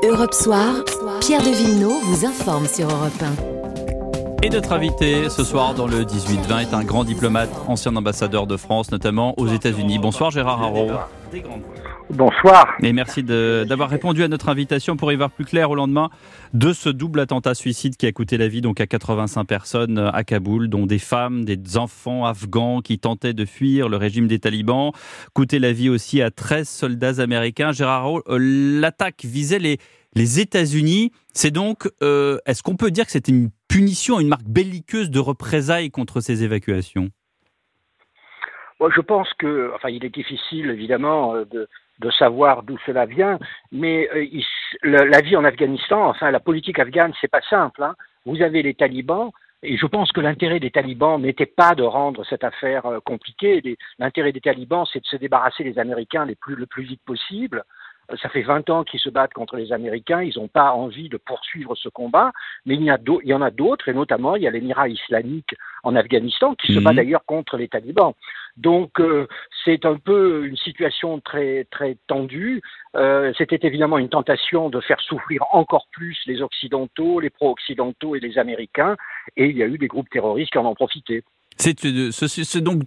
Europe Soir, Pierre de Villeneuve vous informe sur Europe 1. Et notre invité ce soir dans le 18-20 est un grand diplomate, ancien ambassadeur de France, notamment aux États-Unis. Bonsoir Gérard Haro. Bonsoir. Et merci d'avoir répondu à notre invitation pour y voir plus clair au lendemain de ce double attentat suicide qui a coûté la vie donc à 85 personnes à Kaboul, dont des femmes, des enfants afghans qui tentaient de fuir le régime des talibans, coûté la vie aussi à 13 soldats américains. Gérard Haro, l'attaque visait les États-Unis. C'est donc, est-ce qu'on peut dire que c'était une punition, une marque belliqueuse de représailles contre ces évacuations ? Moi, je pense que, il est difficile évidemment de savoir d'où cela vient, mais la vie en Afghanistan, la politique afghane, c'est pas simple. Vous avez les talibans, et je pense que l'intérêt des talibans n'était pas de rendre cette affaire compliquée. L'intérêt des talibans, c'est de se débarrasser des Américains le plus vite possible. Ça fait 20 ans qu'ils se battent contre les Américains, ils n'ont pas envie de poursuivre ce combat, mais il y en a d'autres, et notamment il y a l'Émirat islamique en Afghanistan qui se bat d'ailleurs contre les talibans. Donc c'est un peu une situation très très tendue. C'était évidemment une tentation de faire souffrir encore plus les Occidentaux, les pro-occidentaux et les Américains, et il y a eu des groupes terroristes qui en ont profité. C'est donc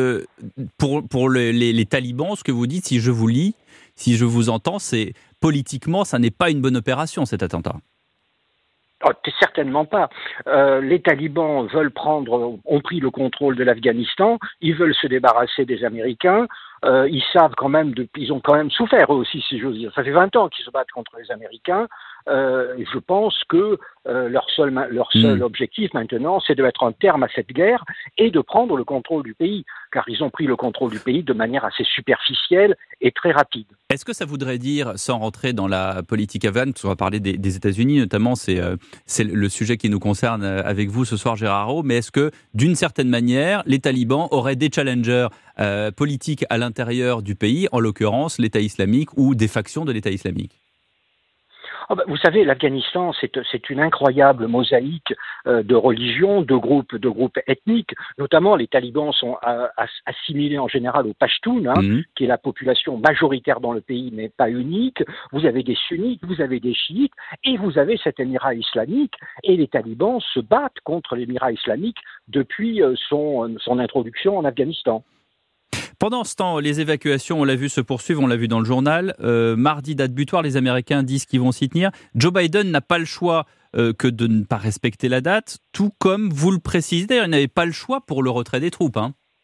pour les talibans, ce que vous dites, si je vous lis, si je vous entends, c'est politiquement, ça n'est pas une bonne opération, cet attentat. Oh, certainement pas. Les talibans ont pris le contrôle de l'Afghanistan, ils veulent se débarrasser des Américains, ils savent quand même, ils ont quand même souffert eux aussi, si j'ose dire. Ça fait 20 ans qu'ils se battent contre les Américains. Je pense que leur seul objectif maintenant, c'est de mettre un terme à cette guerre et de prendre le contrôle du pays, car ils ont pris le contrôle du pays de manière assez superficielle et très rapide. Est-ce que ça voudrait dire, sans rentrer dans la politique afghane, parce qu'on va parler des États-Unis notamment, c'est le sujet qui nous concerne avec vous ce soir, Gérard Haro, mais est-ce que, d'une certaine manière, les talibans auraient des challengers politiques à l'intérieur du pays, en l'occurrence l'État islamique ou des factions de l'État islamique ? Vous savez, l'Afghanistan, c'est une incroyable mosaïque de religions, de groupes ethniques. Notamment, les talibans sont assimilés en général aux Pashtuns, qui est la population majoritaire dans le pays, mais pas unique. Vous avez des sunnites, vous avez des chiites, et vous avez cet émirat islamique. Et les talibans se battent contre l'émirat islamique depuis son introduction en Afghanistan. Pendant ce temps, les évacuations, on l'a vu, se poursuivent, on l'a vu dans le journal. Mardi, date butoir, les Américains disent qu'ils vont s'y tenir. Joe Biden n'a pas le choix que de ne pas respecter la date, tout comme vous le précisez. D'ailleurs, il n'avait pas le choix pour le retrait des troupes.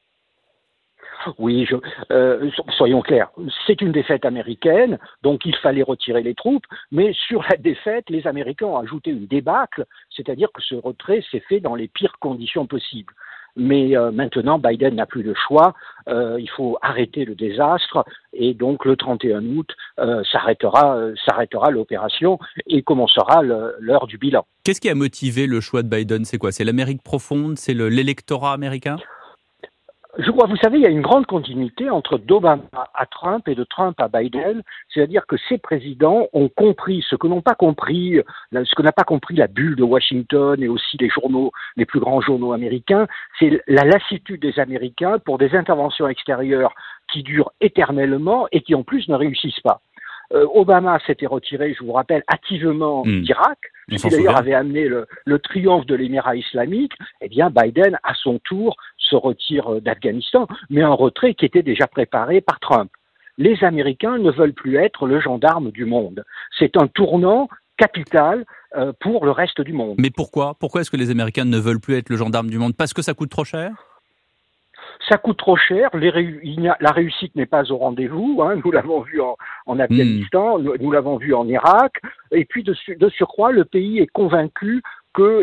Oui, soyons clairs, c'est une défaite américaine, donc il fallait retirer les troupes, mais sur la défaite, les Américains ont ajouté une débâcle, c'est-à-dire que ce retrait s'est fait dans les pires conditions possibles. Mais maintenant, Biden n'a plus le choix, il faut arrêter le désastre, et donc le 31 août s'arrêtera l'opération et commencera l'heure du bilan. Qu'est-ce qui a motivé le choix de Biden ? C'est quoi ? C'est l'Amérique profonde ? C'est l'électorat américain ? Je crois, vous savez, il y a une grande continuité entre d'Obama à Trump et de Trump à Biden, c'est-à-dire que ces présidents ont compris ce que n'a pas compris la bulle de Washington et aussi les plus grands journaux américains, c'est la lassitude des Américains pour des interventions extérieures qui durent éternellement et qui en plus ne réussissent pas. Obama s'était retiré, je vous rappelle, hâtivement d'Irak, ce qui d'ailleurs avait amené le triomphe de l'émirat islamique. Eh bien, Biden, à son tour, se retire d'Afghanistan, mais un retrait qui était déjà préparé par Trump. Les Américains ne veulent plus être le gendarme du monde. C'est un tournant capital pour le reste du monde. Mais pourquoi ? Pourquoi est-ce que les Américains ne veulent plus être le gendarme du monde ? Parce que ça coûte trop cher ? Ça coûte trop cher, la réussite n'est pas au rendez-vous, nous l'avons vu en Afghanistan, nous l'avons vu en Irak, et puis de surcroît, le pays est convaincu que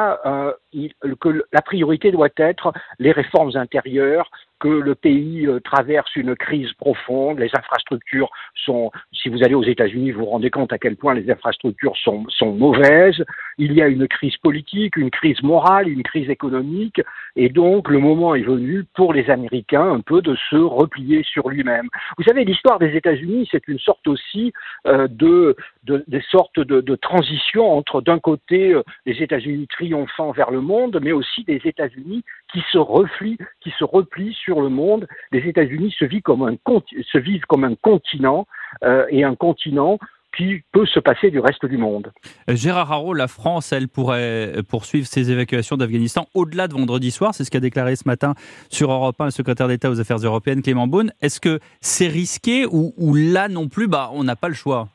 la priorité doit être les réformes intérieures, que le pays traverse une crise profonde, les infrastructures si vous allez aux États-Unis, vous vous rendez compte à quel point les infrastructures sont mauvaises, il y a une crise politique, une crise morale, une crise économique, et donc le moment est venu pour les Américains un peu de se replier sur lui-même. Vous savez, l'histoire des États-Unis, c'est une sorte aussi des sortes de transition entre d'un côté les États-Unis triomphant vers le monde, mais aussi des États-Unis qui se replient sur le monde. Les États-Unis se vivent comme un continent, et un continent qui peut se passer du reste du monde. Gérard Haraud, la France, elle pourrait poursuivre ses évacuations d'Afghanistan au-delà de vendredi soir. C'est ce qu'a déclaré ce matin sur Europe 1 le secrétaire d'État aux Affaires européennes, Clément Beaune. Est-ce que c'est risqué ou là non plus, on n'a pas le choix?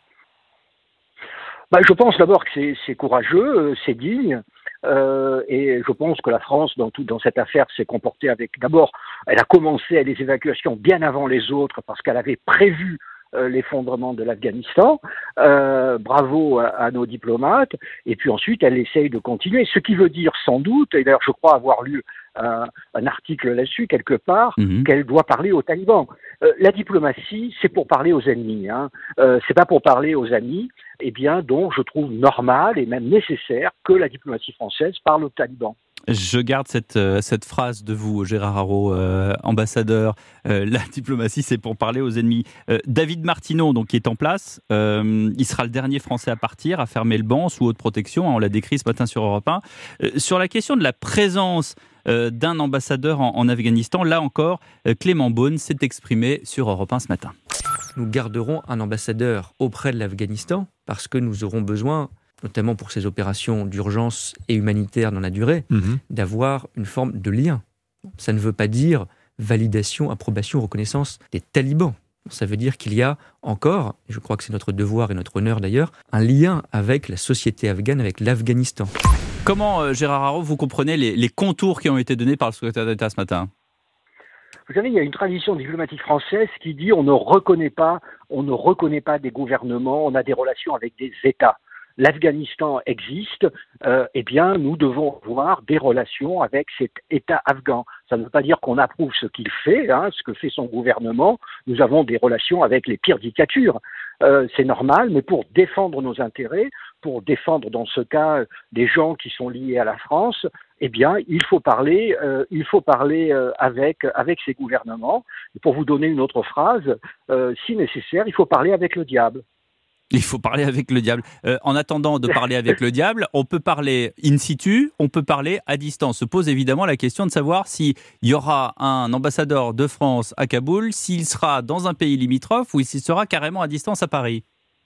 Je pense d'abord que c'est courageux, c'est digne. Et je pense que la France, dans cette affaire, s'est comportée avec... D'abord, elle a commencé les évacuations bien avant les autres parce qu'elle avait prévu l'effondrement de l'Afghanistan. Bravo à nos diplomates. Et puis ensuite, elle essaye de continuer. Ce qui veut dire sans doute, et d'ailleurs je crois avoir lu un article là-dessus quelque part, qu'elle doit parler aux talibans. La diplomatie, c'est pour parler aux ennemis. C'est pas pour parler aux amis. Donc je trouve normal et même nécessaire que la diplomatie française parle aux talibans. Je garde cette phrase de vous, Gérard Haraud, ambassadeur. La diplomatie, c'est pour parler aux ennemis. David Martineau, donc, qui est en place, il sera le dernier Français à partir, à fermer le banc sous haute protection. On l'a décrit ce matin sur Europe 1. Sur la question de la présence d'un ambassadeur en Afghanistan, là encore, Clément Beaune s'est exprimé sur Europe 1 ce matin. Nous garderons un ambassadeur auprès de l'Afghanistan parce que nous aurons besoin, notamment pour ces opérations d'urgence et humanitaires dans la durée, d'avoir une forme de lien. Ça ne veut pas dire validation, approbation, reconnaissance des talibans. Ça veut dire qu'il y a encore, et je crois que c'est notre devoir et notre honneur d'ailleurs, un lien avec la société afghane, avec l'Afghanistan. Comment, Gérard Haraud, vous comprenez les contours qui ont été donnés par le secrétaire d'État ce matin ? Vous savez, il y a une tradition diplomatique française qui dit on ne reconnaît pas des gouvernements, on a des relations avec des États. L'Afghanistan existe, nous devons avoir des relations avec cet État afghan. Ça ne veut pas dire qu'on approuve ce qu'il fait, ce que fait son gouvernement. Nous avons des relations avec les pires dictatures. C'est normal, mais pour défendre nos intérêts, pour défendre dans ce cas des gens qui sont liés à la France, il faut parler avec ces gouvernements. Et pour vous donner une autre phrase, si nécessaire, il faut parler avec le diable. Il faut parler avec le diable. En attendant de parler avec le diable, on peut parler in situ, on peut parler à distance. Se pose évidemment la question de savoir s'il y aura un ambassadeur de France à Kaboul, s'il sera dans un pays limitrophe ou s'il sera carrément à distance à Paris.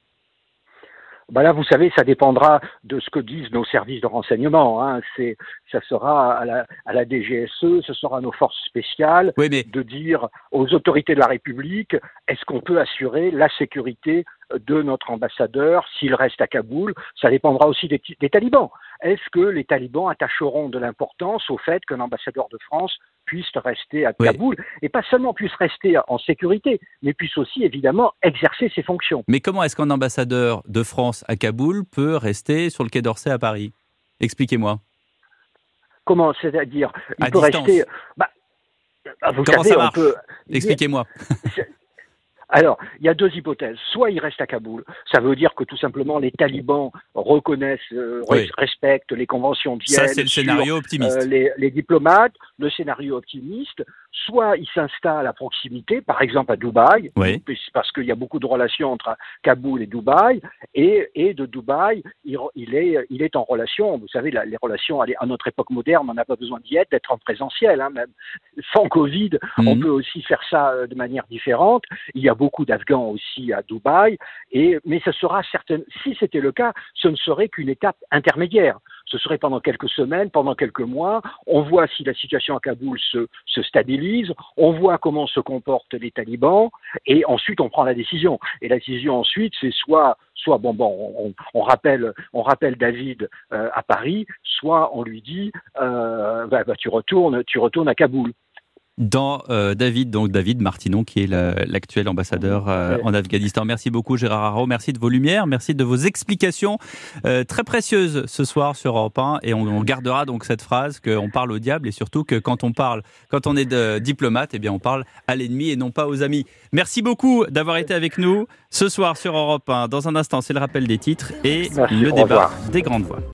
Là, vous savez, ça dépendra de ce que disent nos services de renseignement. Ça sera à la DGSE, ce sera à nos forces spéciales de dire aux autorités de la République est-ce qu'on peut assurer la sécurité de notre ambassadeur s'il reste à Kaboul. Ça dépendra aussi des talibans. Est-ce que les talibans attacheront de l'importance au fait qu'un ambassadeur de France puisse rester à Kaboul et pas seulement puisse rester en sécurité, mais puisse aussi évidemment exercer ses fonctions. Mais comment est-ce qu'un ambassadeur de France à Kaboul peut rester sur le quai d'Orsay à Paris ? Expliquez-moi. Comment, c'est-à-dire il peut distance. Rester. Vous Comment savez, ça marche ? on peut. Expliquez-moi. Alors, il y a deux hypothèses. Soit il reste à Kaboul, ça veut dire que tout simplement les talibans reconnaissent, respectent les conventions de Vienne. Ça, c'est le scénario optimiste. Les diplomates, le scénario optimiste. Soit il s'installe à proximité, par exemple à Dubaï, parce qu'il y a beaucoup de relations entre Kaboul et Dubaï, et de Dubaï, il est en relation. Vous savez, les relations à notre époque moderne, on n'a pas besoin d'être en présentiel, même sans Covid, on peut aussi faire ça de manière différente. Il y a beaucoup d'Afghans aussi à Dubaï, mais ce sera si c'était le cas, ce ne serait qu'une étape intermédiaire. Ce serait pendant quelques semaines, pendant quelques mois. On voit si la situation à Kaboul se stabilise, on voit comment se comportent les talibans, et ensuite on prend la décision. Et la décision ensuite, c'est soit on rappelle David à Paris, soit on lui dit tu retournes à Kaboul. Dans David Martineau, qui est l'actuel ambassadeur en Afghanistan. Merci beaucoup Gérard Haraud, merci de vos lumières, merci de vos explications très précieuses ce soir sur Europe 1, et on gardera donc cette phrase qu'on parle au diable, et surtout que quand on est diplomate, on parle à l'ennemi et non pas aux amis. Merci beaucoup d'avoir été avec nous ce soir sur Europe 1. Dans un instant, c'est le rappel des titres et le débat des grandes voix.